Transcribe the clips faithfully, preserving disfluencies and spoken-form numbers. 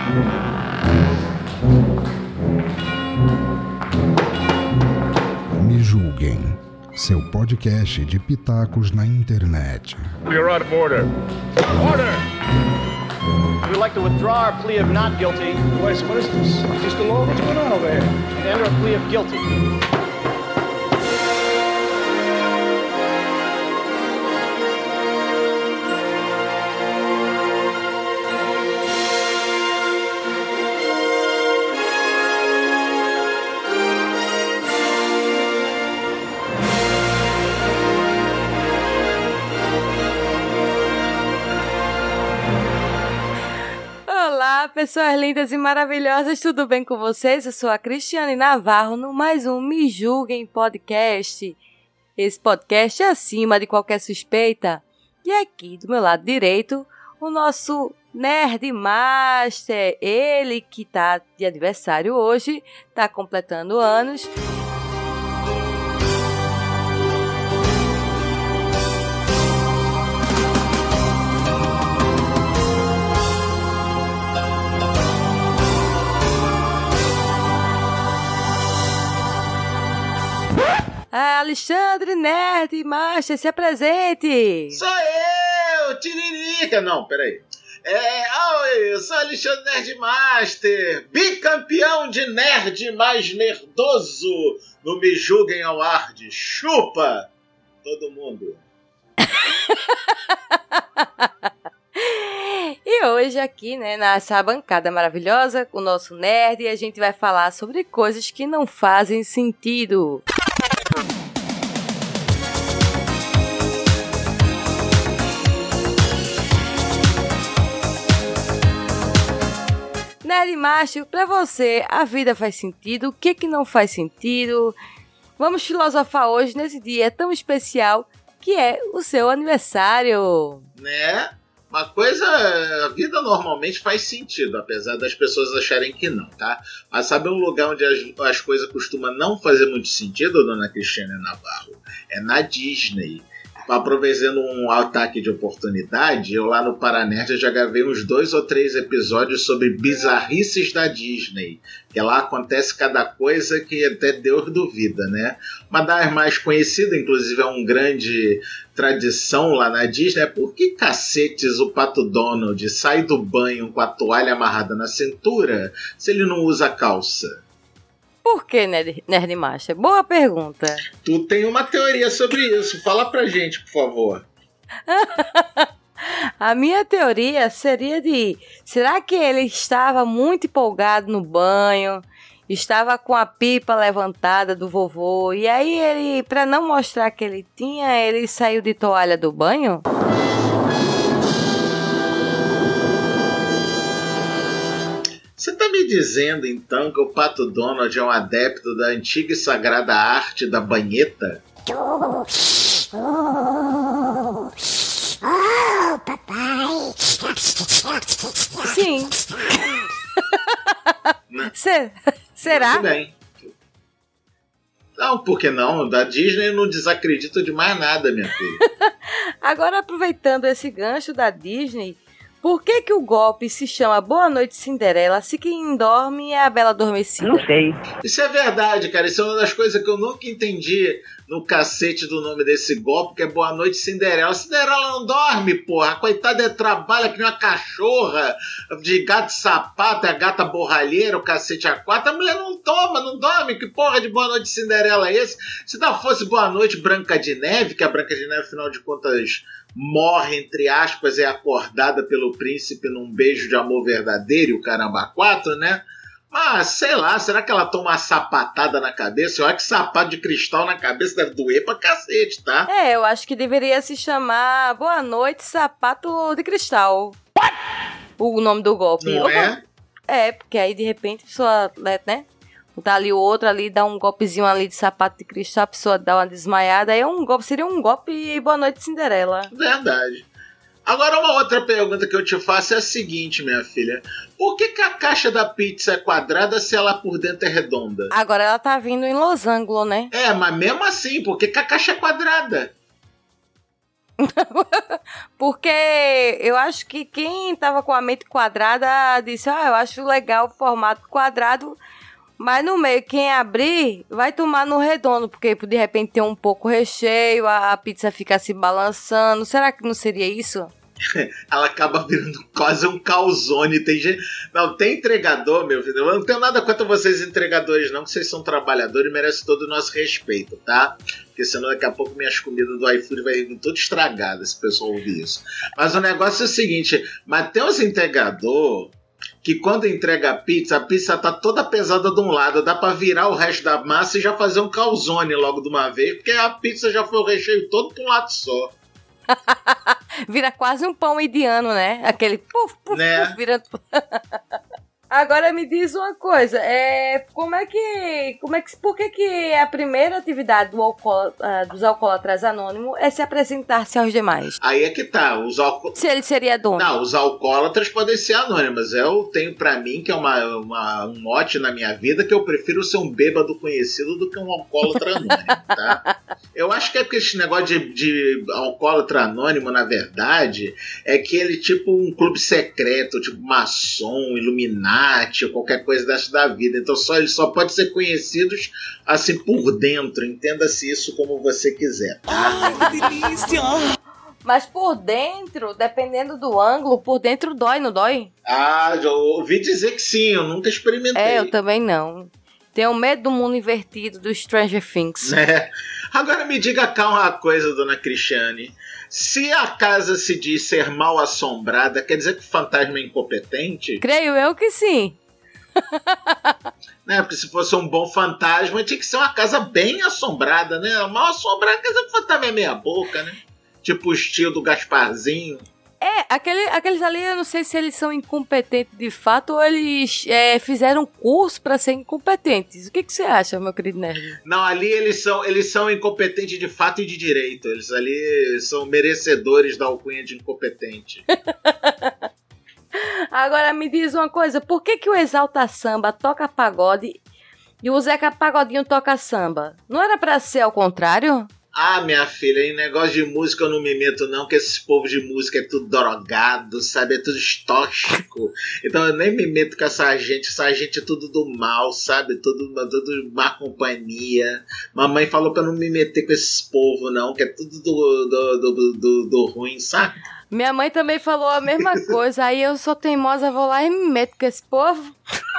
Me Julguem, seu podcast de pitacos na internet. You're out of order. Order! We'd like to withdraw our plea of not guilty. Wait, what is this? Mister Law, what's going on over here? And enter a plea of guilty. Olá, pessoas lindas e maravilhosas, tudo bem com vocês? Eu sou a Cristiane Navarro no mais um Me Julguem Podcast. Esse podcast é acima de qualquer suspeita. E aqui do meu lado direito, o nosso Nerd Master, ele que tá de aniversário hoje, tá completando anos. Ah, Alexandre Nerd Master, se apresente! Sou eu, Tiririca! Não, peraí. É, oi, eu sou Alexandre Nerd Master, bicampeão de nerd mais nerdoso no Me Julguem Award. Chupa todo mundo! E hoje aqui, né, nessa bancada maravilhosa, o nosso nerd, a gente vai falar sobre coisas que não fazem sentido. Nerd Macho, pra você, a vida faz sentido? O que que não faz sentido? Vamos filosofar hoje nesse dia tão especial que é o seu aniversário. Né? Uma coisa, a vida normalmente faz sentido, apesar das pessoas acharem que não, tá? Mas sabe um lugar onde as, as coisas costumam não fazer muito sentido, dona Cristiane Navarro? É na Disney. Aproveitando um ataque de oportunidade, eu lá no Paranerd já gravei uns dois ou três episódios sobre bizarrices da Disney, que lá acontece cada coisa que até Deus duvida, né? Uma das mais conhecidas, inclusive é uma grande tradição lá na Disney, é por que cacetes o Pato Donald sai do banho com a toalha amarrada na cintura se ele não usa calça? Por que, Nerd, Nerd Master? Boa pergunta. Tu tem uma teoria sobre isso. Fala pra gente, por favor. A minha teoria seria de... Será que ele estava muito empolgado no banho? Estava com a pipa levantada do vovô? E aí ele, pra não mostrar que ele tinha, ele saiu de toalha do banho? Você tá me dizendo, então, que o Pato Donald é um adepto da antiga e sagrada arte da banheta? Oh, oh, oh, papai! Sim. Se, será? Muito bem. Não, por que não? Da Disney eu não desacredito de mais nada, minha filha. Agora, aproveitando esse gancho da Disney... Por que que o golpe se chama Boa Noite Cinderela se quem dorme é a Bela Adormecida? Não sei. Isso é verdade, cara. Isso é uma das coisas que eu nunca entendi no cacete do nome desse golpe, que é Boa Noite Cinderela. Cinderela não dorme, porra. A coitada trabalha que nem uma cachorra de gato e sapato, a gata borralheira, o cacete a quatro. A mulher não toma, não dorme. Que porra de Boa Noite Cinderela é esse? Se não fosse Boa Noite Branca de Neve, que a Branca de Neve, afinal de contas... morre, entre aspas, é acordada pelo príncipe num beijo de amor verdadeiro, o caramba quatro, né? Mas, sei lá, será que ela toma uma sapatada na cabeça? Olha que sapato de cristal na cabeça deve doer pra cacete, tá? É, eu acho que deveria se chamar Boa Noite Sapato de Cristal. What? O nome do golpe. Não é? É, porque aí de repente a pessoa, né? Tá ali o outro ali, dá um golpezinho ali de sapato de cristal, a pessoa dá uma desmaiada, aí é um golpe, seria um golpe e Boa Noite Cinderela. Verdade. Agora uma outra pergunta que eu te faço é a seguinte, minha filha. Por que, que a caixa da pizza é quadrada se ela por dentro é redonda? Agora ela tá vindo em losango, né? É, mas mesmo assim, por que, que a caixa é quadrada? Porque eu acho que quem tava com a mente quadrada disse, ah, eu acho legal o formato quadrado, mas no meio, quem abrir vai tomar no redondo, porque de repente tem um pouco recheio, a pizza fica se balançando. Será que não seria isso? Ela acaba virando quase um calzone. Tem gente... Não, tem entregador, meu filho. Eu não tenho nada contra vocês entregadores, não, que vocês são trabalhadores e merecem todo o nosso respeito, tá? Porque senão daqui a pouco minhas comidas do iFood vai vir tudo estragada se o pessoal ouvir isso. Mas o negócio é o seguinte, mas tem uns entregador que quando entrega a pizza, a pizza tá toda pesada de um lado, dá pra virar o resto da massa e já fazer um calzone logo de uma vez, porque a pizza já foi o recheio todo pra um lado só. Vira quase um pão indiano, né? Aquele puf, puf, né? puf, virando... Agora me diz uma coisa, é, como é que, como é que, por que que a primeira atividade do alcool, uh, dos alcoólatras anônimos é se apresentar-se aos demais? Aí é que tá, os alco... Se ele seria dono. Não, os alcoólatras podem ser anônimos. Eu tenho pra mim, que é uma, uma, um mote na minha vida, que eu prefiro ser um bêbado conhecido do que um alcoólatra anônimo, tá? Eu acho que é porque esse negócio de, de alcoólatra anônimo, na verdade, é que ele tipo um clube secreto, tipo maçom, iluminado, ou qualquer coisa dessa da vida. Então só, eles só podem ser conhecidos assim por dentro. Entenda-se isso como você quiser, tá? Ai, que delícia! Mas por dentro, dependendo do ângulo, por dentro dói, não dói? Ah, já ouvi dizer que sim, eu nunca experimentei. É, eu também não. Tenho medo do mundo invertido, do Stranger Things. É. Agora me diga cá uma coisa, dona Cristiane. Se a casa se diz ser mal assombrada, quer dizer que o fantasma é incompetente? Creio eu que sim. Né? Porque se fosse um bom fantasma, tinha que ser uma casa bem assombrada, né? Mal assombrada quer dizer que o fantasma é meia boca, né? Tipo o estilo do Gasparzinho. É, aquele, aqueles ali, eu não sei se eles são incompetentes de fato ou eles é, fizeram curso pra ser incompetentes. O que, que você acha, meu querido nerd? Não, ali eles são, eles são incompetentes de fato e de direito. Eles ali são merecedores da alcunha de incompetente. Agora me diz uma coisa, por que, que o Exalta Samba toca pagode e o Zeca Pagodinho toca samba? Não era pra ser ao contrário? Ah, minha filha, em negócio de música eu não me meto não, que esses povos de música é tudo drogado, sabe? É tudo estóxico. Então eu nem me meto com essa gente, essa gente é tudo do mal, sabe? Tudo, tudo má companhia. Mamãe falou pra eu não me meter com esses povos não, que é tudo do, do, do, do, do ruim, sabe? Minha mãe também falou a mesma coisa, aí eu sou teimosa, vou lá e me meto com esse povo.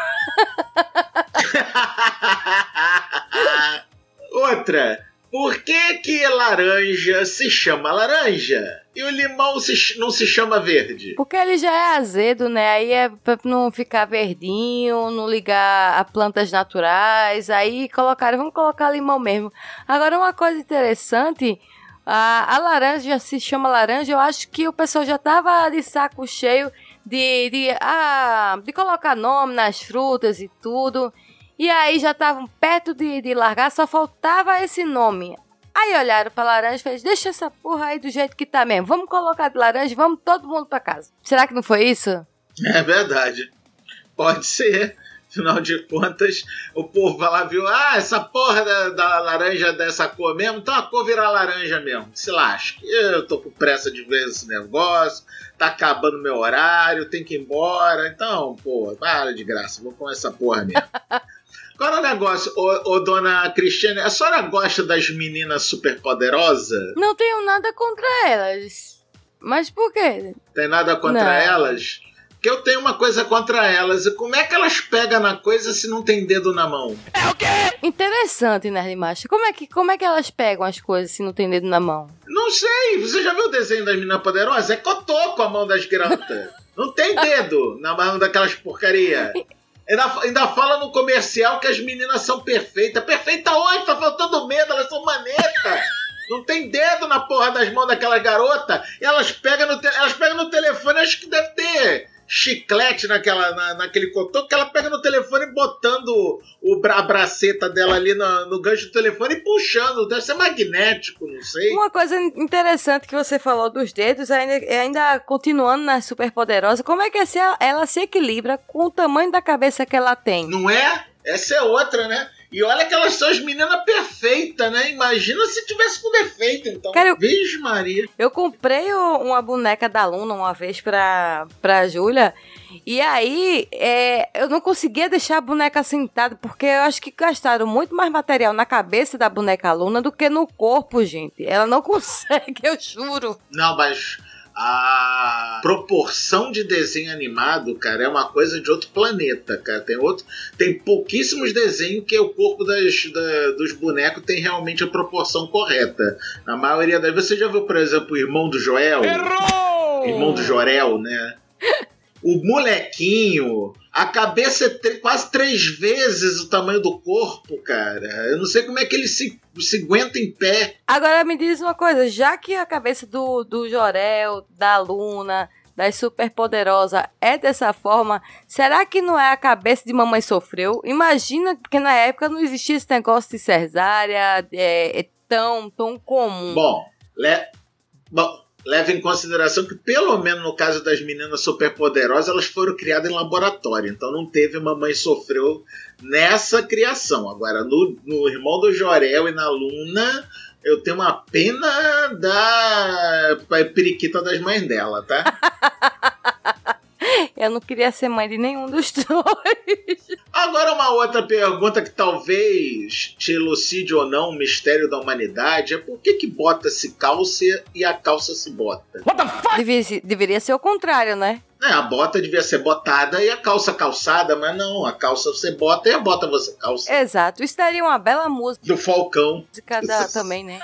Outra... Por que que laranja se chama laranja e o limão se, não se chama verde? Porque ele já é azedo, né? Aí é pra não ficar verdinho, não ligar a plantas naturais. Aí colocaram, vamos colocar limão mesmo. Agora, uma coisa interessante, a, a laranja se chama laranja, eu acho que o pessoal já tava de saco cheio de, de, ah, de colocar nome nas frutas e tudo. E aí já estavam perto de, de largar, só faltava esse nome. Aí olharam pra laranja e fez, deixa essa porra aí do jeito que tá mesmo. Vamos colocar de laranja e vamos todo mundo pra casa. Será que não foi isso? É verdade. Pode ser. Afinal de contas, o povo vai lá e viu, ah, essa porra da, da laranja é dessa cor mesmo, então a cor vira laranja mesmo. Se lasque. Eu tô com pressa de ver esse negócio, tá acabando meu horário, tem que ir embora. Então, pô, para de graça, vou com essa porra mesmo. Qual é o negócio, ô, ô dona Cristiane? A senhora gosta das meninas superpoderosas? Não tenho nada contra elas. Mas por quê? Tem nada contra não. elas? Porque eu tenho uma coisa contra elas. E como é que elas pegam na coisa se não tem dedo na mão? É o quê? Interessante, Nerd Macho. Como é que, como é que elas pegam as coisas se não tem dedo na mão? Não sei. Você já viu o desenho das meninas poderosas? É cotoco a mão das garotas. Não tem dedo na mão daquelas porcaria. Ainda, ainda fala no comercial que as meninas são perfeitas. Perfeita onde? Tá faltando medo, elas são manetas. Não tem dedo na porra das mãos daquela garota. E elas pegam no, te, elas pegam no telefone, acho que deve ter chiclete naquela, na, naquele cotoco, que ela pega no telefone botando o, a braceta dela ali no, no gancho do telefone e puxando. Deve ser magnético, não sei. Uma coisa interessante que você falou dos dedos, ainda, ainda continuando na Superpoderosa, como é que ela se equilibra com o tamanho da cabeça que ela tem? Não é? Essa é outra, né? E olha que elas são as meninas perfeitas, né? Imagina se tivesse com defeito, então. Cara, eu- Vixe, Maria. Eu comprei o- uma boneca da Luna uma vez pra, pra Júlia. E aí, é, eu não conseguia deixar a boneca sentada, porque eu acho que gastaram muito mais material na cabeça da boneca Luna do que no corpo, gente. Ela não consegue, eu juro. Não, mas a proporção de desenho animado, cara, é uma coisa de outro planeta, cara. Tem outro, tem pouquíssimos desenhos que o corpo das, da- dos bonecos tem realmente a proporção correta. Na maioria das vezes, você já viu, por exemplo, o irmão do Joel? Errou! Irmão do Jorel, né? O molequinho, a cabeça é tre- quase três vezes o tamanho do corpo, cara. Eu não sei como é que ele se, se aguenta em pé. Agora me diz uma coisa, já que a cabeça do, do Jorel, da Luna, das Superpoderosa é dessa forma, será que não é a cabeça de Mamãe Sofreu? Imagina, porque na época não existia esse negócio de cesárea, é, é tão, tão comum. Bom, le... Bom, leva em consideração que, pelo menos no caso das meninas superpoderosas, elas foram criadas em laboratório. Então não teve Mamãe Sofreu nessa criação. Agora, no, no irmão do Jorel e na Luna, eu tenho uma pena da periquita das mães dela, tá? Eu não queria ser mãe de nenhum dos dois. Agora uma outra pergunta que talvez te elucide ou não o mistério da humanidade é por que que bota-se calça e a calça se bota? Deveria, se- deveria ser o contrário, né? É, a bota devia ser botada e a calça calçada, mas não, a calça você bota e a bota você calça. Exato, isso daria uma bela música Do Falcão. da, também, né?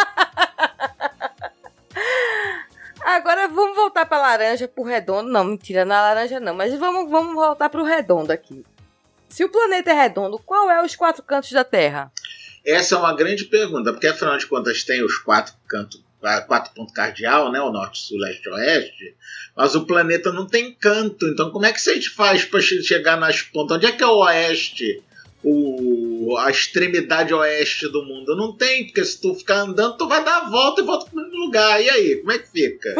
Agora vamos voltar pra laranja, pro redondo. Não, mentira, na laranja não, mas vamos, vamos voltar pro redondo aqui. Se o planeta é redondo, qual é os quatro cantos da Terra? Essa é uma grande pergunta, porque afinal de contas tem os quatro cantos, quatro pontos cardeal, né? O norte, sul, leste e oeste. Mas o planeta não tem canto, então como é que a gente faz para chegar nas pontas? Onde é que é o oeste? O, a extremidade oeste do mundo? Não tem, porque se tu ficar andando, tu vai dar a volta e volta pro mesmo lugar. E aí, como é que fica?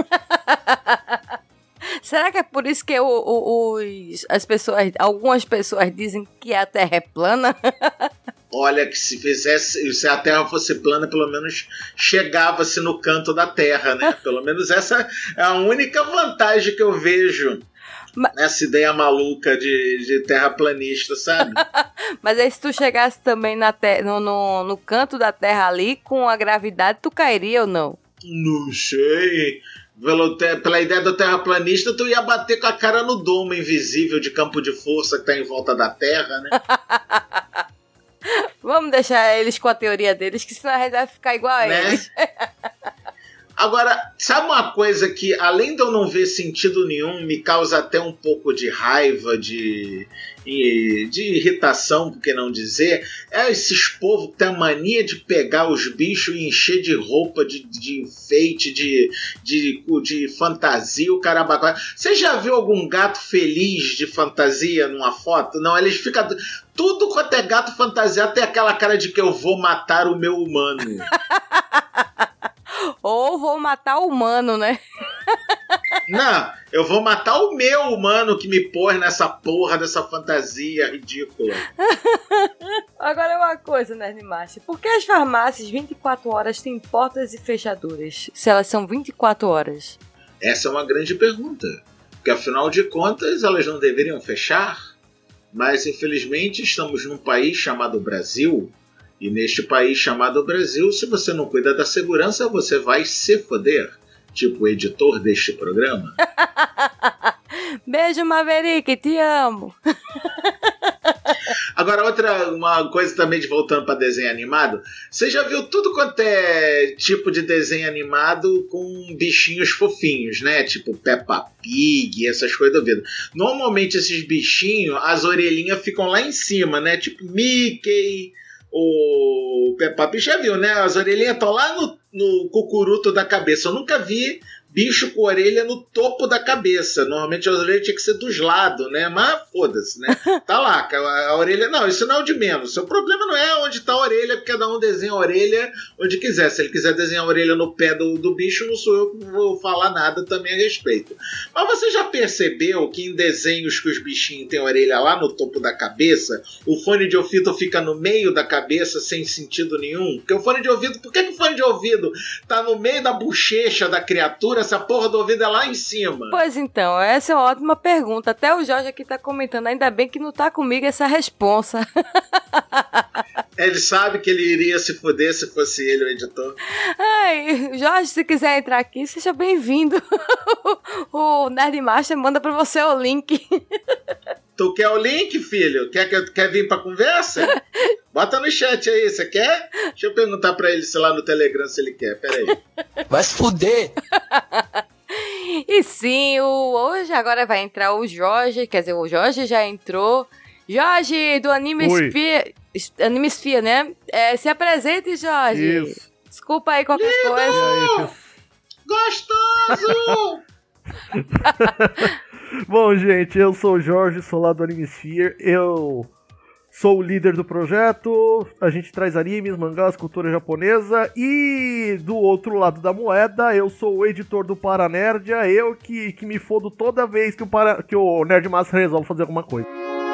Será que é por isso que o, o, os, as pessoas, algumas pessoas dizem que a Terra é plana? Olha, que se fizesse, se a Terra fosse plana, pelo menos chegava-se no canto da Terra, né? Pelo menos essa é a única vantagem que eu vejo Ma- nessa ideia maluca de, de terraplanista, sabe? Mas aí se tu chegasse também na te- no, no, no canto da Terra ali, com a gravidade, tu cairia ou não? Não sei. Pelo te- pela ideia do terraplanista, tu ia bater com a cara no domo invisível de campo de força que tá em volta da Terra, né? Vamos deixar eles com a teoria deles, que senão a gente vai ficar igual a Né? eles. Agora, sabe uma coisa que, além de eu não ver sentido nenhum, me causa até um pouco de raiva, de, de irritação, por que não dizer, é esses povos que têm a mania de pegar os bichos e encher de roupa, de, de enfeite, de, de, de fantasia, o caramba. Você já viu algum gato feliz de fantasia numa foto? Não, eles ficam... Tudo quanto é gato fantasiado tem aquela cara de que eu vou matar o meu humano. Ou vou matar o humano, né? Não, eu vou matar o meu humano que me pôs nessa porra dessa fantasia ridícula. Agora é uma coisa, Nerdmaster. Por que as farmácias vinte e quatro horas têm portas e fechaduras? Se elas são vinte e quatro horas. Essa é uma grande pergunta. Porque afinal de contas elas não deveriam fechar. Mas infelizmente estamos num país chamado Brasil. E neste país chamado Brasil, se você não cuida da segurança, você vai se foder. Tipo o editor deste programa. Beijo, Maverick, te amo. Agora, outra uma coisa também de voltando para desenho animado. Você já viu tudo quanto é tipo de desenho animado com bichinhos fofinhos, né? Tipo Peppa Pig, essas coisas da vida. Normalmente esses bichinhos, as orelhinhas ficam lá em cima, né? Tipo Mickey, o Peppa Pig, já viu, né? As orelhinhas estão lá no, no cucuruto da cabeça. Eu nunca vi bicho com orelha no topo da cabeça. Normalmente a orelha tinha que ser dos lados, né? Mas foda-se, né? Tá lá, a, a orelha... Não, isso não é o de menos. O problema não é onde tá a orelha, porque cada um desenha a orelha onde quiser. Se ele quiser desenhar a orelha no pé do, do bicho, não sou eu que vou falar nada também a respeito. Mas você já percebeu que em desenhos que os bichinhos têm a orelha lá no topo da cabeça, o fone de ouvido fica no meio da cabeça sem sentido nenhum? Porque o fone de ouvido... Por que, que o fone de ouvido tá no meio da bochecha da criatura? Essa porra do ouvido é lá em cima. Pois então, essa é uma ótima pergunta. Até o Jorge aqui tá comentando, ainda bem que não tá comigo essa responsa. Ele sabe que ele iria se fuder se fosse ele o editor. Ai, Jorge, se quiser entrar aqui, seja bem-vindo. O Nerdmaster manda pra você o link. Tu quer o link, filho? Quer, quer, quer vir pra conversa? Bota no chat aí, você quer? Deixa eu perguntar pra ele se lá no Telegram se ele quer, peraí. Vai se fuder! E sim, o, hoje agora vai entrar o Jorge, quer dizer, o Jorge já entrou. Jorge, do Anime Sphere, Anime Sphere, né? É, se apresente, Jorge. Isso. Desculpa aí qualquer Lindo! coisa. Gostoso! Bom, gente, eu sou o Jorge, sou lá do Anime Sphere. Eu sou o líder do projeto. A gente traz animes, mangás, cultura japonesa. E do outro lado da moeda, eu sou o editor do Paranerdia. Eu que, que me fodo toda vez que o, para, que o Nerdmaster resolve fazer alguma coisa.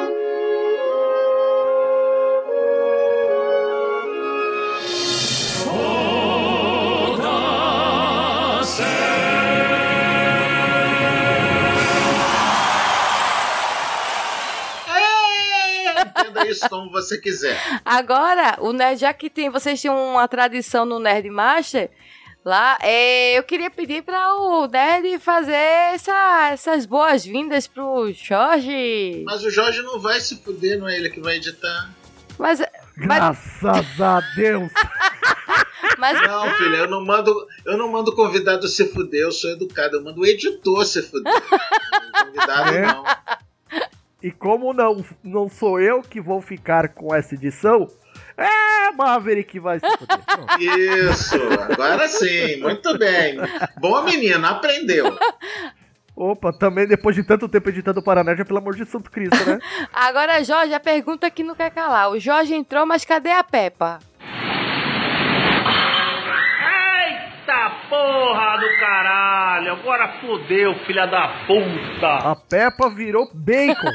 Isso como você quiser. Agora, o Nerd, já que tem, vocês têm uma tradição no Nerdmaster, lá, é, eu queria pedir para o Nerd fazer essa, essas boas-vindas pro Jorge. Mas o Jorge não vai se fuder, não é ele que vai editar. Mas, Graças mas... a Deus! Mas... Não, filha, eu não mando, eu não mando o convidado se fuder, eu sou educado, eu mando o editor se fuder. O convidado É? não. E como não, não sou eu que vou ficar com essa edição, é Maverick que vai se fuder. Pronto. Isso, agora sim, muito bem. Boa menina, aprendeu. Opa, também depois de tanto tempo editando o Paranerdia, pelo amor de Santo Cristo, né? Agora, Jorge, a pergunta que não quer calar. O Jorge entrou, mas cadê a Peppa? Eita porra do caralho! Agora fodeu, filha da puta! A Peppa virou bacon.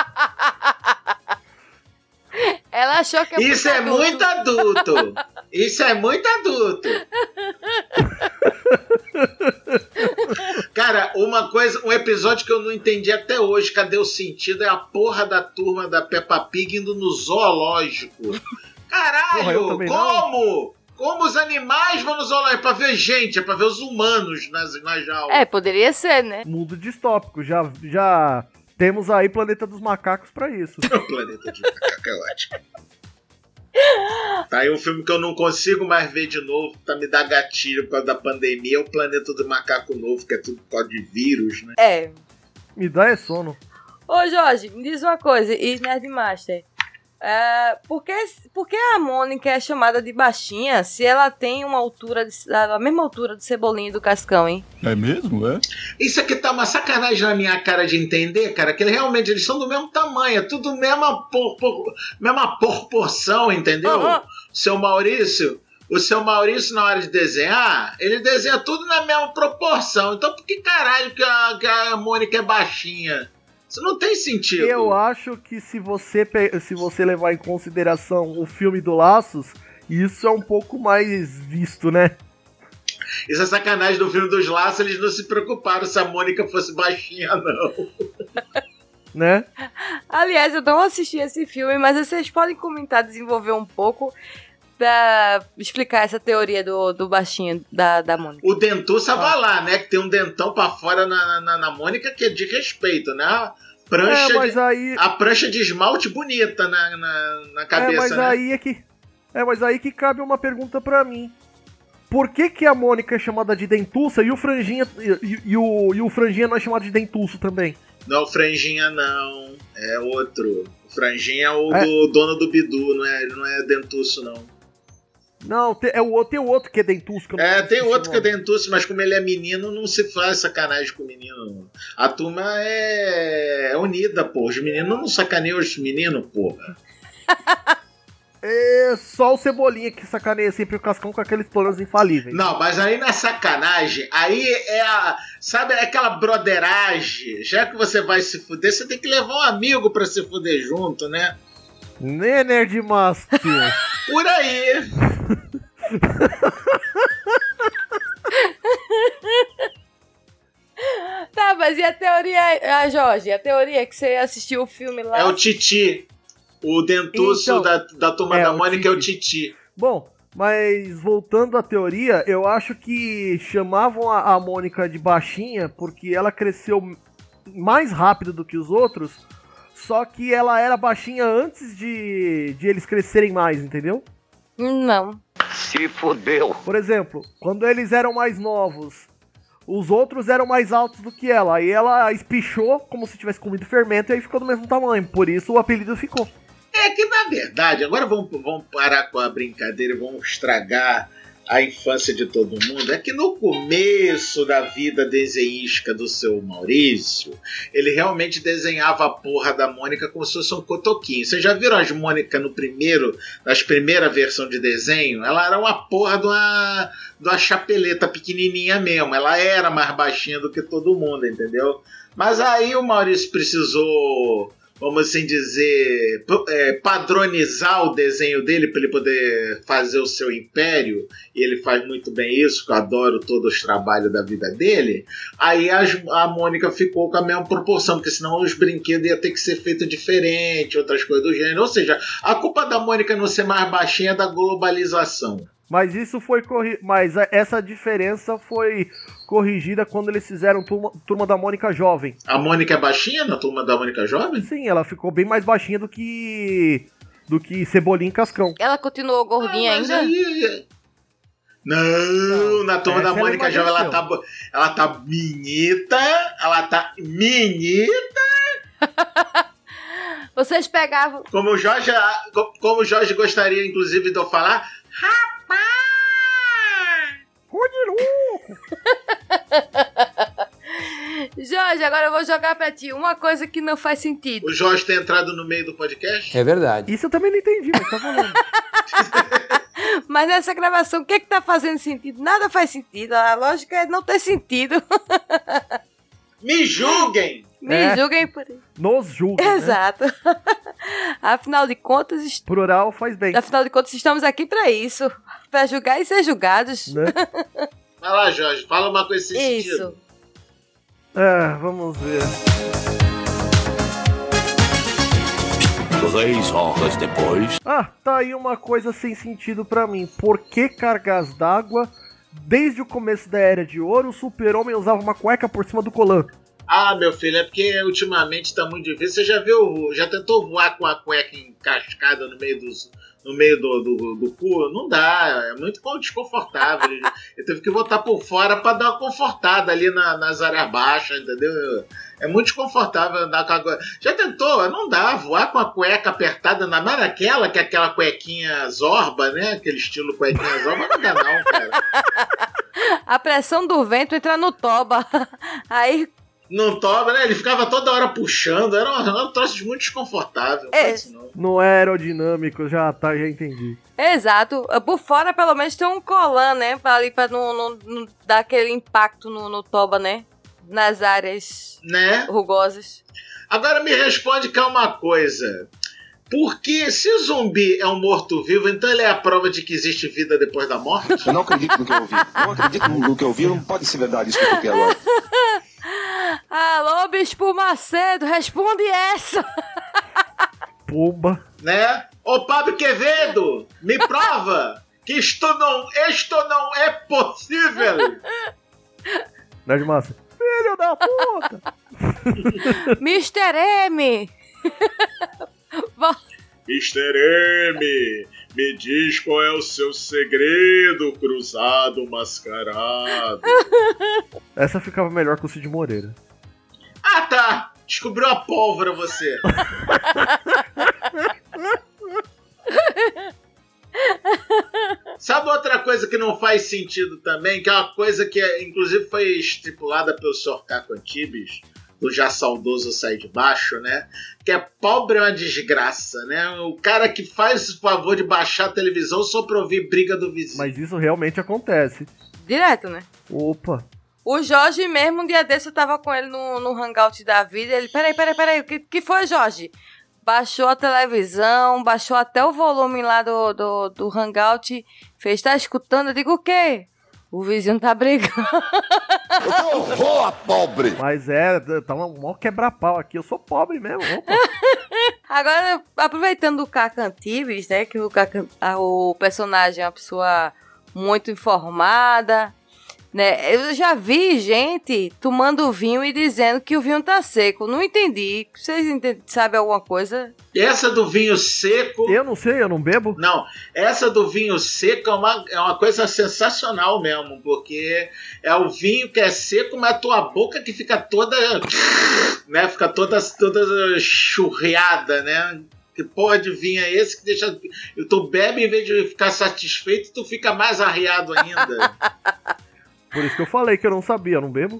Ela achou que é Isso é adulto. muito adulto. Isso é muito adulto. Cara, uma coisa, um episódio que eu não entendi até hoje, cadê o sentido, é a porra da turma da Peppa Pig indo no zoológico. Caralho, Porra, eu também como? não. Como os animais vão no zoológico? É pra ver gente, é pra ver os humanos nas, nas jaulas. É, poderia ser, né? Mundo distópico. Já, já temos aí Planeta dos Macacos pra isso. O Planeta dos Macacos é ótimo. Tá aí um filme que eu não consigo mais ver de novo, pra me dar gatilho por causa da pandemia, é o Planeta do Macaco Novo, que é tudo por causa de vírus, né? É. Me dá é sono. Ô, Jorge, me diz uma coisa, e Nerdmaster. É, por, que, por que a Mônica é chamada de baixinha se ela tem uma altura, de, a mesma altura do Cebolinha e do Cascão, hein? É mesmo, é? Isso aqui tá uma sacanagem na minha cara de entender, cara, que eles realmente eles são do mesmo tamanho, é tudo mesma, por, por, mesma proporção, entendeu? Uhum. Seu Maurício, o seu Maurício, na hora de desenhar, ele desenha tudo na mesma proporção. Então por que caralho que a, que a Mônica é baixinha? Isso não tem sentido. Eu acho que se você, pe- se você levar em consideração o filme do Laços, isso é um pouco mais visto, né? Isso é sacanagem do filme dos Laços, eles não se preocuparam se a Mônica fosse baixinha, não. Né? Aliás, eu não assisti esse filme, mas vocês podem comentar, desenvolver um pouco pra explicar essa teoria do, do baixinho da, da Mônica. O Dentuça Ah. vai lá, né? Que tem um dentão pra fora na, na, na Mônica que é de respeito, né? A prancha, É, mas de, aí, a prancha de esmalte bonita na, na, na cabeça, é, mas né? aí é que, é, mas aí que cabe uma pergunta pra mim. Por que que a Mônica é chamada de Dentuça e o Franjinha e, e o, e o Franjinha não é chamado de Dentuço também? Não é o Franjinha, não. É outro. O Franjinha é o É. do dono do Bidu, não é, ele não é Dentuço, não. Não, tem, é o, tem o outro que é dentuço. Que eu não É, tem esqueci outro o que é nome. dentuço, mas como ele é menino, não se faz sacanagem com o menino. A turma é, é unida, pô. Os meninos não sacaneiam os meninos, porra. É só o Cebolinha que sacaneia sempre o Cascão com aqueles planos infalíveis. Não, mas aí na sacanagem, aí é a. Sabe, é aquela broderagem. Já que você vai se fuder, você tem que levar um amigo pra se fuder junto, né? Né, Nerdmaster? Por aí. Tá, mas e a teoria, ah, Jorge? A teoria que você assistiu o filme lá? É o Titi. O dentuço Então, da, da turma é, da o Mônica é o Titi. Titi. Bom, mas voltando à teoria, eu acho que chamavam a, a Mônica de baixinha porque ela cresceu mais rápido do que os outros, só que ela era baixinha antes de, de eles crescerem mais, entendeu? Não. Se fudeu. Por exemplo, quando eles eram mais novos, os outros eram mais altos do que ela, aí ela espichou como se tivesse comido fermento e aí ficou do mesmo tamanho, por isso o apelido ficou. É que, na verdade, agora vamos, vamos parar com a brincadeira e vamos estragar a infância de todo mundo. É que no começo da vida desenhística do seu Maurício, ele realmente desenhava a porra da Mônica como se fosse um cotoquinho. Vocês já viram as Mônica no primeiro, nas primeiras versões de desenho? Ela era uma porra de uma, de uma chapeleta pequenininha mesmo. Ela era mais baixinha do que todo mundo, entendeu? Mas aí o Maurício precisou, vamos assim dizer, é, padronizar o desenho dele para ele poder fazer o seu império, e ele faz muito bem isso, que eu adoro todos os trabalhos da vida dele. Aí a, a Mônica ficou com a mesma proporção, porque senão os brinquedos iam ter que ser feitos diferente, outras coisas do gênero. Ou seja, a culpa da Mônica não ser mais baixinha é da globalização. Mas isso foi corri... Mas essa diferença foi corrigida quando eles fizeram turma, turma da Mônica Jovem. A Mônica é baixinha na Turma da Mônica Jovem? Sim, ela ficou bem mais baixinha do que do que Cebolinha e Cascão. Ela continuou gordinha Ah, mas ainda? aí- Não, Não, na Turma essa da Mônica ela Jovem ela tá, emagreceu. ela tá minita, ela tá minita. Vocês pegavam... Como o Jorge, como o Jorge gostaria, inclusive, de eu falar. Rapaz! Jorge, agora eu vou jogar pra ti uma coisa que não faz sentido. O Jorge tem entrado no meio do podcast? É verdade. Isso eu também não entendi, mas tá falando. Mas nessa gravação, o que é que tá fazendo sentido? Nada faz sentido. A lógica é não ter sentido. Me julguem! Me É. julguem por isso. Nos julguem, né? Exato. Afinal de contas, est- Plural faz bem, afinal de contas, estamos aqui pra isso. Pra julgar e ser julgados. né? Vai lá, Jorge, fala uma coisa sem Isso. sentido. É, vamos ver. Três horas depois. Ah, tá aí uma coisa sem sentido pra mim. Por que cargas d'água? Desde o começo da Era de Ouro, o Super-Homem usava uma cueca por cima do colã. Ah, meu filho, é porque ultimamente tá muito difícil. Você já viu, já tentou voar com a cueca encascada no meio dos, no meio do, do, do cu? Não dá, é muito desconfortável. Ele, ele teve que botar por fora pra dar uma confortada ali na, nas áreas baixas, entendeu? É muito desconfortável andar com a cueca. Já tentou? Não dá, voar com a cueca apertada na mão daquela, que é aquela cuequinha Zorba, né? Aquele estilo cuequinha Zorba, não dá não, cara. A pressão do vento entra no toba. Aí, Não toba, né? Ele ficava toda hora puxando, era um, era um troço muito desconfortável. Não É. faz isso não. Não é aerodinâmico, já tá, já entendi. exato. Por fora, pelo menos, tem um colã, né? Pra ali, pra não, não, não dar aquele impacto no, no toba, né? Nas áreas Né? rugosas. Agora me responde cá uma coisa. Porque se o zumbi é um morto-vivo, então ele é a prova de que existe vida depois da morte? Eu não acredito no que eu ouvi. Não acredito no que eu ouvi. Não pode ser verdade isso que eu escutei agora. Alô, Bispo Macedo, responde essa! Pomba. Né? Ô Pablo Quevedo, me prova que isto não, isto não é possível. Nerdmaster. Filho da puta! mister M! mister M, me diz qual é o seu segredo, cruzado mascarado. Essa ficava melhor com o Cid Moreira. Ah, tá. Descobriu a pólvora você. Sabe outra coisa que não faz sentido também? Que é uma coisa que, inclusive, foi estipulada pelo senhor Caco Antibes, do já saudoso Sai de Baixo, né? Que é pobre é uma desgraça, né? O cara que faz o favor de baixar a televisão só pra ouvir briga do vizinho. Mas isso realmente acontece. Direto, né? Opa. O Jorge mesmo, um dia desse, eu tava com ele no, no hangout da vida. Ele, peraí, peraí, peraí, o que, que foi, Jorge? Baixou a televisão, baixou até o volume lá do, do, do hangout. Fez, tá escutando? Eu digo, o quê? O vizinho tá brigando. Eu sou horror, pobre! Mas é, tá um mó quebra-pau aqui. Eu sou pobre mesmo. Opa. Agora, aproveitando o Caco Antibes, né? Que o, Caco, o personagem é uma pessoa muito informada, né? Eu já vi gente tomando vinho e dizendo que o vinho tá seco. Não entendi. Vocês entendem, sabem alguma coisa? Essa do vinho seco... Eu não sei, eu não bebo. Não, essa do vinho seco é uma, é uma coisa sensacional mesmo, porque é o vinho que é seco, mas a tua boca que fica toda... né, fica toda, toda churreada, né? Que porra de vinho é esse que deixa... Tu bebe, em vez de ficar satisfeito, tu fica mais arreado ainda. Por isso que eu falei que eu não sabia, eu não bebo.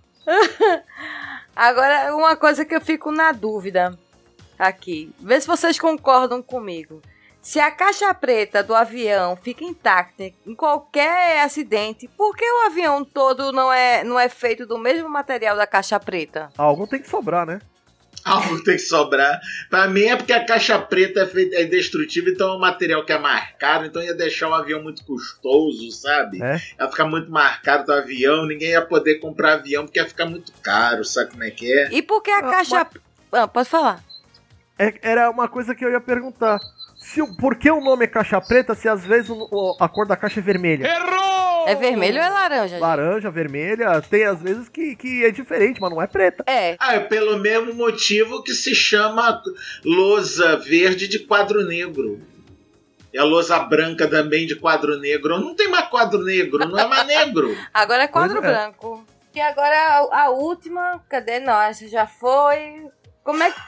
Agora, uma coisa que eu fico na dúvida aqui. Vê se vocês concordam comigo. Se a caixa preta do avião fica intacta em qualquer acidente, por que o avião todo não é, não é feito do mesmo material da caixa preta? Algo tem que sobrar, né? Algo tem que sobrar. Pra mim é porque a caixa preta é, feita, é indestrutível, então é um material que é marcado, então ia deixar o avião muito custoso, sabe? É? Ia ficar muito marcado do avião, ninguém ia poder comprar avião porque ia ficar muito caro, sabe como é que é? E por que a ah, caixa... Mas... Ah, pode falar. É, era uma coisa que eu ia perguntar. Se, por que o nome é caixa preta se às vezes o, a cor da caixa é vermelha? Errou! É vermelho ou é laranja? Laranja, gente? Vermelha. Tem às vezes que, que é diferente, mas não é preta. É. Ah, é pelo mesmo motivo que se chama lousa verde de quadro negro. E a lousa branca também de quadro negro. Não tem mais quadro negro, não é mais negro. Agora é quadro pois branco. É. E agora a, a última, cadê nós? Já foi... Como é que...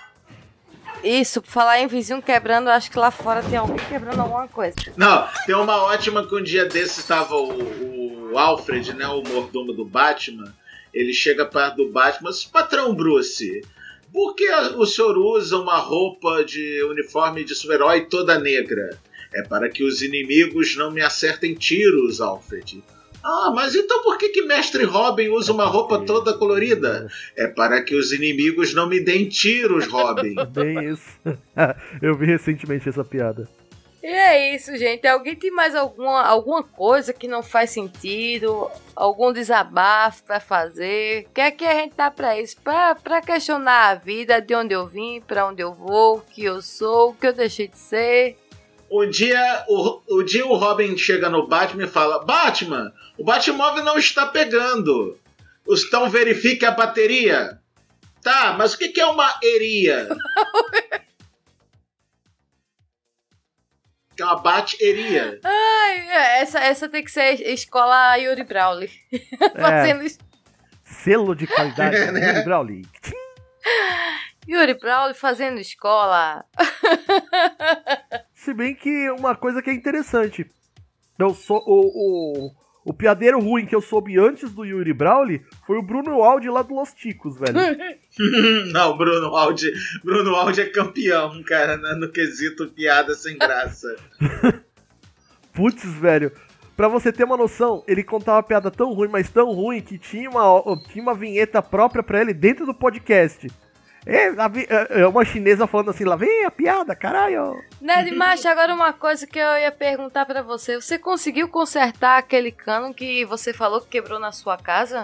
Isso, por falar em vizinho quebrando, acho que lá fora tem alguém quebrando alguma coisa. Não, tem uma ótima que um dia desses estava o, o Alfred, né, o mordomo do Batman. Ele chega perto do Batman, patrão Bruce, por que o senhor usa uma roupa de uniforme de super-herói toda negra? É para que os inimigos não me acertem tiros, Alfred. Ah, mas então por que que Mestre Robin usa uma roupa toda colorida? É para que os inimigos não me deem tiros, Robin. Bem isso. Eu vi recentemente essa piada. E é isso, gente. Alguém tem mais alguma, alguma coisa que não faz sentido? Algum desabafo pra fazer? Que aqui a gente tá pra isso. Pra, pra questionar a vida, de onde eu vim, pra onde eu vou, o que eu sou, o que eu deixei de ser. Um dia o, o dia o Robin chega no Batman e fala: Batman, o Batmóvel não está pegando. Então verifique a bateria. Tá, mas o que, que é uma eria? Que é uma bateria. Ai, essa, essa tem que ser escola Yuri Brawley. Fazendo é. Selo de qualidade é, né? Yuri Brawley. Yuri Brawley fazendo escola. Se bem que uma coisa que é interessante, eu sou o, o, o piadeiro ruim que eu soube antes do Yuri Brawley foi o Bruno Aldi lá do Los Ticos, velho. Não, Bruno Aldi, Bruno Aldi é campeão, cara, né, no quesito piada sem graça. Putz, velho, pra você ter uma noção, ele contava piada tão ruim, mas tão ruim, que tinha uma, tinha uma vinheta própria pra ele dentro do podcast. É, é uma chinesa falando assim, lá vem a piada, caralho. Ned Macho, agora uma coisa que eu ia perguntar pra você. Você conseguiu consertar aquele cano que você falou que quebrou na sua casa?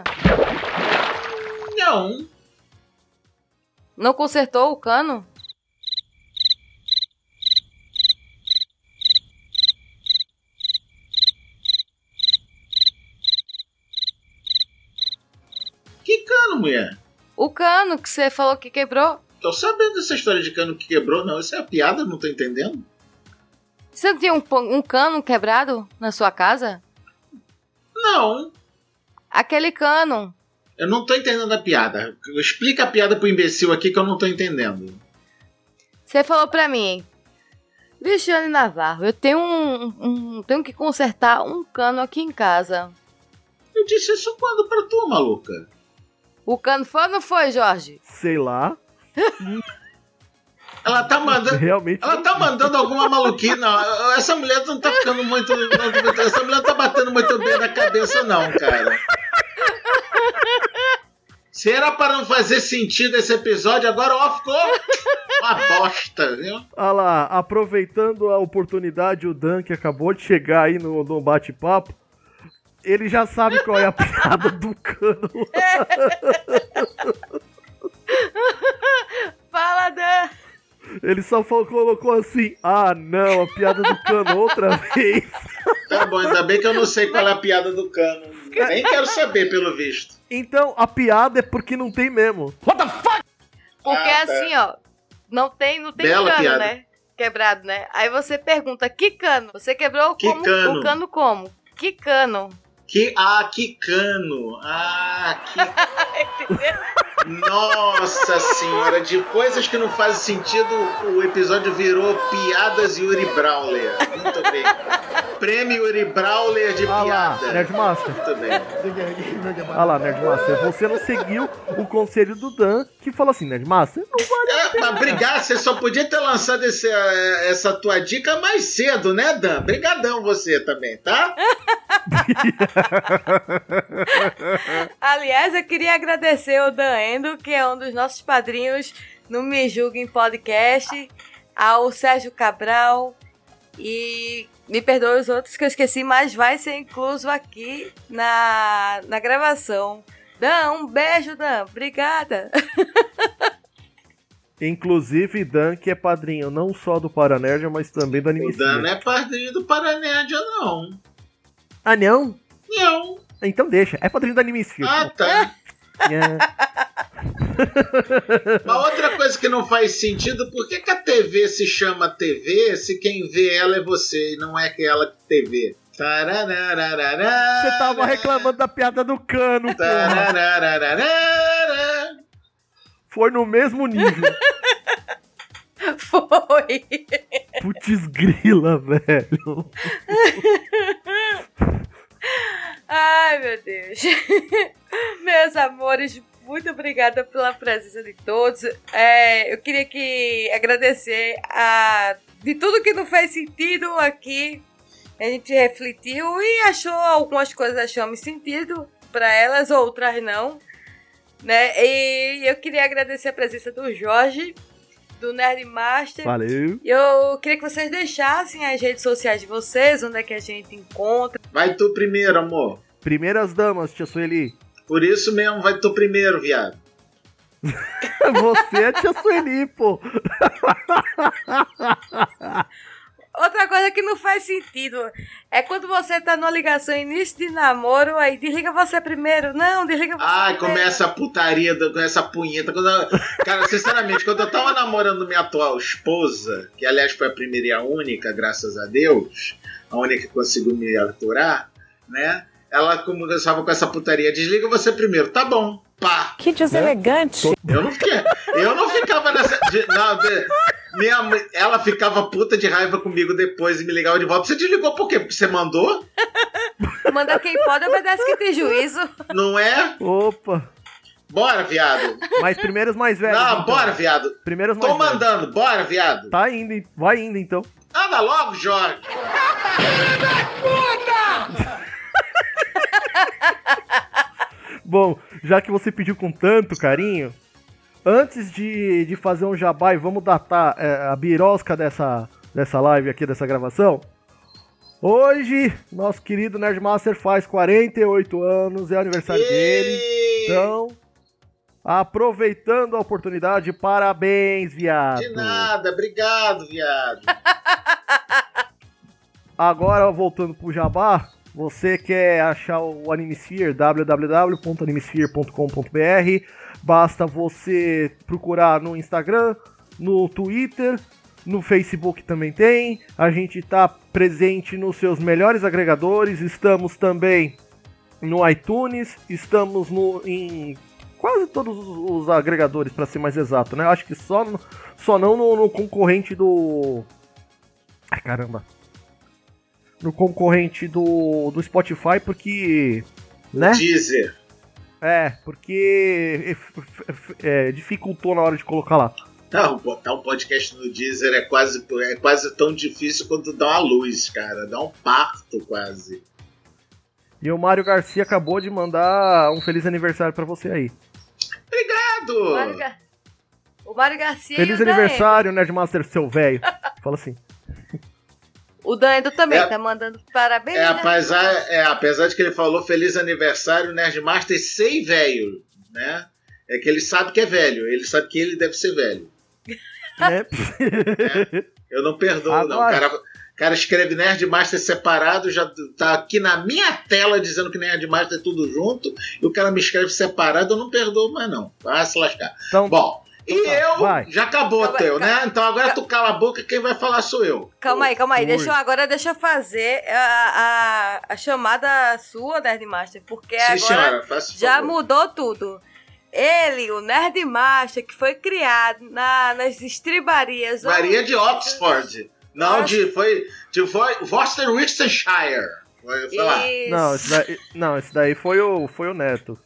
Não. Não consertou o cano? Que cano, mulher? O cano que você falou que quebrou. Tô sabendo dessa história de cano que quebrou, não. Isso é a piada, não tô entendendo. Você não tinha um, um cano quebrado na sua casa? Não. Aquele cano. Eu não tô entendendo a piada. Explica a piada pro imbecil aqui que eu não tô entendendo. Você falou pra mim. Cristiane Navarro, eu tenho um, um... Tenho que consertar um cano aqui em casa. Eu disse isso quando pra tu, maluca? O cano foi ou não foi, Jorge? Sei lá. Ela tá mandando. Realmente. Ela tá mandando alguma maluquice. Não, essa mulher não tá ficando muito. Essa mulher não tá batendo muito bem na cabeça, não, cara. Se era para não fazer sentido esse episódio, agora ó, ficou uma bosta, viu? Olha lá, aproveitando a oportunidade, o Dan, que acabou de chegar aí no, no bate-papo, ele já sabe qual é a piada do cano. Fala, Dan! Ele só falou, colocou assim, ah não, a piada do cano outra vez. Tá bom, ainda bem que eu não sei qual é a piada do cano. Nem quero saber, pelo visto. Então, a piada é porque não tem mesmo. What the fuck? Porque ah, tá. assim, ó, não tem, não tem Bela cano, piada. né? Quebrado, né? Aí você pergunta, que cano? Você quebrou que como, cano? o cano como? Que cano? Que, ah, que cano. Ah, que... Nossa senhora, de coisas que não fazem sentido, o episódio virou Piadas Yuri Brawler. Muito bem. Prêmio Yuri Brawler de ah piada. Lá, Nerdmaster. Muito bem. Ah lá, Nerdmaster, você não seguiu o conselho do Dan, que falou assim, Nerdmaster, não vale a É, pena. mas brigar, você só podia ter lançado esse, essa tua dica mais cedo, né, Dan? Brigadão você também, tá? Aliás, eu queria agradecer o Dan Endo, que é um dos nossos padrinhos no Me Julguem Podcast, ao Sérgio Cabral e me perdoe os outros que eu esqueci, mas vai ser incluso aqui na, na gravação. Dan, um beijo, Dan. Obrigada. Inclusive, Dan, que é padrinho não só do Paranerdia, mas também do Anime. O Dan não é padrinho do Paranerdia, não. Ah, não? Não. Então deixa, é padrinho do Anime. Ah, tá. É. Uma outra coisa que não faz sentido, por que, que a T V se chama T V se quem vê ela é você e não é aquela T V? Você tava reclamando da piada do cano, pô. Foi no mesmo nível. Foi. Putz grila, velho. Ai, meu Deus. Meus amores, muito obrigada pela presença de todos. É, eu queria que agradecer a, de tudo que não fez sentido aqui. A gente refletiu e achou algumas coisas achamos sentido para elas, outras não. Né? E eu queria agradecer a presença do Jorge, do Nerdmaster. Valeu. Eu queria que vocês deixassem as redes sociais de vocês, onde é que a gente encontra. Vai tu primeiro, amor. Primeiras damas, tia Sueli. Por isso mesmo, vai tu primeiro, viado. Você é tia Sueli, pô. Outra coisa que não faz sentido é quando você tá numa ligação início de namoro, aí desliga você primeiro. Não, desliga você Ai, primeiro. começa a putaria, começa a punheta. Quando eu, cara, sinceramente, quando eu tava namorando minha atual esposa, que aliás foi a primeira e a única, graças a Deus, a única que conseguiu me aturar, né? Ela começava com essa putaria, desliga você primeiro, tá bom, pá. Que deselegante. Eu não, fiquei, eu não ficava nessa... De, não, de, minha, ela ficava puta de raiva comigo depois e me ligava de volta. Você desligou por quê? Porque você mandou? Manda quem pode, obedece quem tem juízo. Não é? Opa. Bora, viado. Mas primeiros mais velhos. Não, então. bora, viado. Primeiros mais Tô velhos. mandando, bora, viado. Tá indo, vai indo então. Anda logo, Jorge. Bom, já que você pediu com tanto carinho, antes de, de fazer um jabá e vamos datar é, a birosca dessa, dessa live aqui, dessa gravação. Hoje, nosso querido Nerdmaster faz quarenta e oito anos, é aniversário Ei! dele. Então, aproveitando a oportunidade, parabéns, viado. De nada, obrigado, viado. Agora, voltando pro jabá, você quer achar o Animesphere, w w w ponto animesphere ponto com ponto b r. Basta você procurar no Instagram, no Twitter, no Facebook também tem. A gente está presente nos seus melhores agregadores. Estamos também no iTunes, estamos no, em quase todos os, os agregadores, para ser mais exato, né? Eu acho que só, só não no, no concorrente do... Ai, caramba. No concorrente do, do Spotify, porque... né? Deezer. É, porque é, dificultou na hora de colocar lá. Não, botar um podcast no Deezer é quase, é quase tão difícil quanto dar uma luz, cara. Dá um parto quase. E o Mário Garcia acabou de mandar um feliz aniversário pra você aí. Obrigado! O Mário, Gar... o Mário Garcia Feliz e o aniversário, Nerdmaster, seu velho. Fala assim. O Daendo também É. tá mandando parabéns. É, né? apesar, é, apesar de que ele falou feliz aniversário, Nerdmaster sem velho, né? É que ele sabe que é velho, ele sabe que ele deve ser velho. É. É, eu não perdoo, Agora... não. O cara, o cara escreve Nerdmaster separado, já tá aqui na minha tela dizendo que Nerdmaster é tudo junto, e o cara me escreve separado, eu não perdoo mais, não. Vai se lascar. Então, Bom, e tá, eu, vai. já acabou o Calma, teu, calma. né? Então agora tu cala a boca, quem vai falar sou eu. Calma aí, calma aí. Ui. Deixa eu, agora deixa eu fazer a, a, a chamada sua, Nerdmaster, porque Sim, agora senhora, faça já favor. mudou tudo. Ele, o Nerdmaster, que foi criado na, nas estribarias... Maria de Oxford. Não, Nossa. de, foi de Worcestershire. Foi, foi lá. Isso. Não, esse daí, não, esse daí foi o, foi o Neto.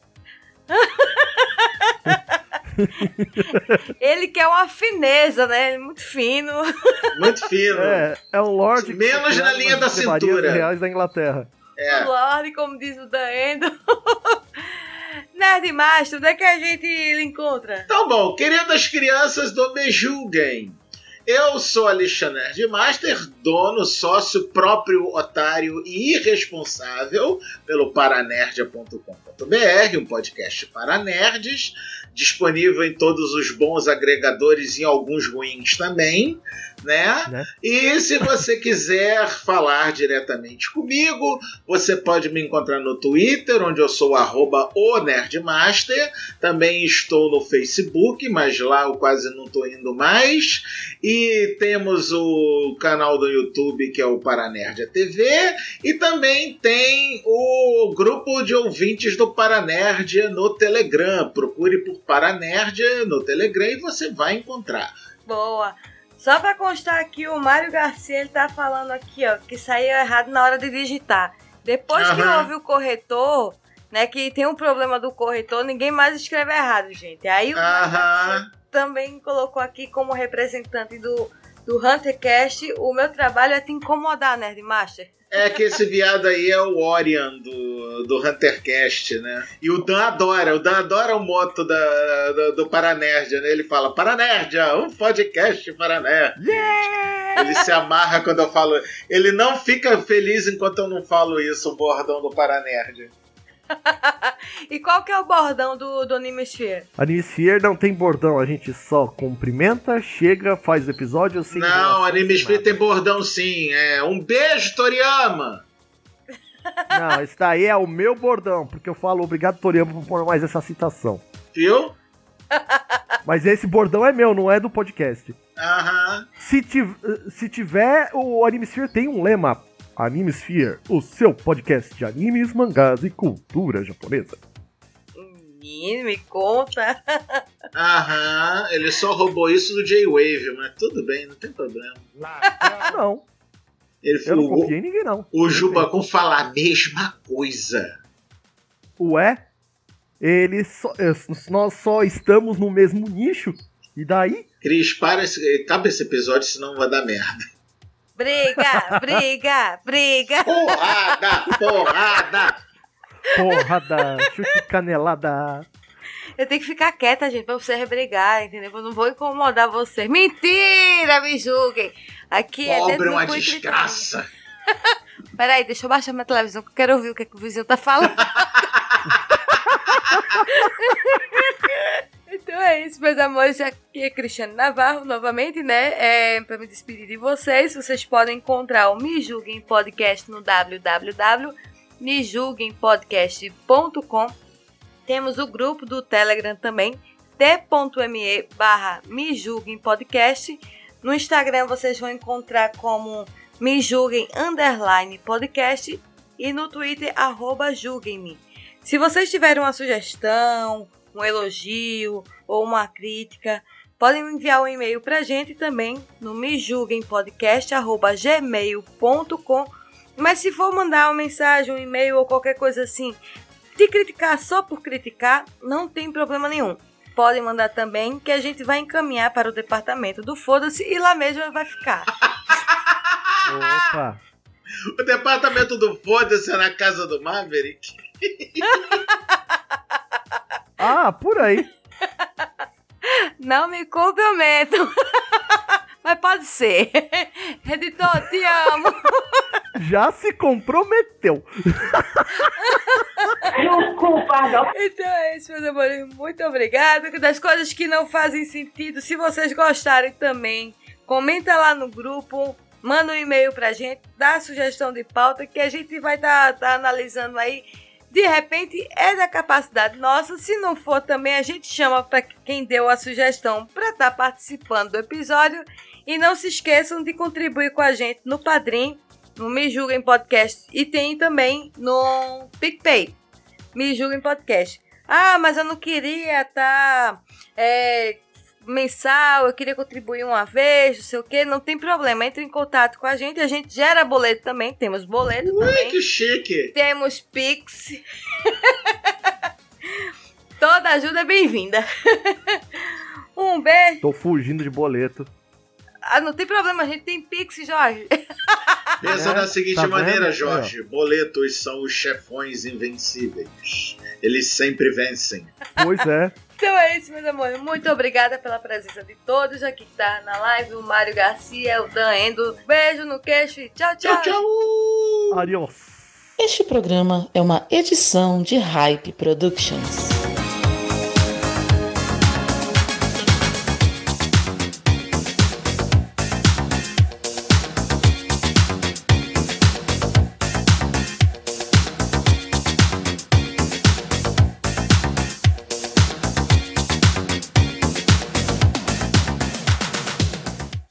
Ele que é uma fineza, né? Ele é muito fino. Muito fino. É, é um Lorde. Menos na linha da cintura. Reais da Inglaterra. É. Lorde, como diz o Daendo. Nerdmaster, onde é que a gente lhe encontra? Então, bom, queridas crianças do Me Julguem, eu sou Alexandre Nerdmaster, dono, sócio, próprio, otário e irresponsável pelo paranerdia ponto com ponto b r, um podcast para nerds, disponível em todos os bons agregadores e em alguns ruins também, né? Né? E se você quiser falar diretamente comigo, você pode me encontrar no Twitter, onde eu sou arroba o Nerdmaster. Também estou no Facebook, mas lá eu quase não estou indo mais. E temos o canal do YouTube, que é o Paranerdia T V. E também tem o grupo de ouvintes do Paranerdia no Telegram. Procure por Paranerdia no Telegram e você vai encontrar. Boa. Só pra constar aqui, o Mário Garcia, ele tá falando aqui, ó, que saiu errado na hora de digitar. Depois que Aham. houve o corretor, né, que tem um problema do corretor, ninguém mais escreve errado, gente. Aí o Mário Garcia Aham. também colocou aqui como representante do, do HunterCast, o meu trabalho é te incomodar, Nerdmaster. É que esse viado aí é o Orion do, do HunterCast, né? E o Dan adora, o Dan adora o moto da, do, do Paranerdia, né? Ele fala, Paranerdia, um podcast Paranerdia. Yeah! Ele se amarra quando eu falo... Ele não fica feliz enquanto eu não falo isso, o bordão do Paranerdia. E qual que é o bordão do, do Animesphere? Animesphere não tem bordão, a gente só cumprimenta, chega, faz o episódio sem... Não, Animesphere tem bordão sim. É um beijo, Toriyama! Não, esse daí é o meu bordão, porque eu falo obrigado, Toriyama, por pôr mais essa citação. Viu? Mas esse bordão é meu, não é do podcast. Aham. Se, tiv- se tiver, o Animesphere tem um lema. Animesphere, o seu podcast de animes, mangás e cultura japonesa. Menino, me conta. Aham. Ele só roubou isso do J-Wave, mas tudo bem, não tem problema. Não, Ele eu não falou, copiei ninguém, não. o Jubacum fala a mesma coisa. Ué? Ele só, eh, nós só estamos no mesmo nicho. E daí? Cris, para esse, acaba esse episódio, senão vai dar merda. Briga, briga, briga. Porrada, porrada. Porrada, chute canelada. Eu tenho que ficar quieta, gente, pra vocês brigar, entendeu? Eu não vou incomodar vocês. Mentira, me julguem. Aqui é Pobre dedo no uma cu e desgraça. gritando. Peraí, deixa eu baixar minha televisão que eu quero ouvir o que, é que o vizinho tá falando. Então é isso, meus amores. Aqui é Cristiane Navarro, novamente, né? É, pra me despedir de vocês, vocês podem encontrar o Me Julguem Podcast no w w w ponto me julguem podcast ponto com. Temos o grupo do Telegram também, t.me barra Me Julguem Podcast. No Instagram vocês vão encontrar como Me Julguem Underline Podcast e no Twitter, arroba Julguem-me. Se vocês tiverem uma sugestão, um elogio ou uma crítica, podem enviar um e-mail pra gente também no me julguem podcast arroba gmail ponto com. Mas se for mandar uma mensagem, um e-mail ou qualquer coisa assim, de criticar só por criticar, não tem problema nenhum. Podem mandar também, que a gente vai encaminhar para o departamento do Foda-se e lá mesmo vai ficar. Opa! O departamento do Foda-se é na casa do Maverick? Ah, por aí. Não me comprometo. Mas pode ser. Editor, te amo. Já se comprometeu. Então é isso, meus amores. Muito obrigada. Das coisas que não fazem sentido, se vocês gostarem também, comenta lá no grupo, manda um e-mail pra gente, dá sugestão de pauta que a gente vai estar tá, tá analisando aí. De repente é da capacidade nossa, se não for também a gente chama para quem deu a sugestão para estar tá participando do episódio. E não se esqueçam de contribuir com a gente no Padrim, no Me Julguem Podcast e tem também no PicPay, Me Julguem Podcast. Ah, mas eu não queria estar tá, é, mensal, eu queria contribuir uma vez, não sei o que, não tem problema, entre em contato com a gente, a gente gera boleto também, temos boleto Ui, também. Que chique! Temos Pix. Toda ajuda é bem-vinda. Um beijo. Tô fugindo de boleto. Ah, não tem problema, a gente tem Pix, Jorge. Pensa É, da seguinte tá maneira, vendo? Jorge. Boletos são os chefões invencíveis. Eles sempre vencem. Pois é. Então é isso, meus amores. Muito obrigada pela presença de todos aqui que tá na live. O Mário Garcia, o Dan Endo. Beijo no queixo e tchau, tchau. Tchau, tchau! Adiós. Este programa é uma edição de Hype Productions.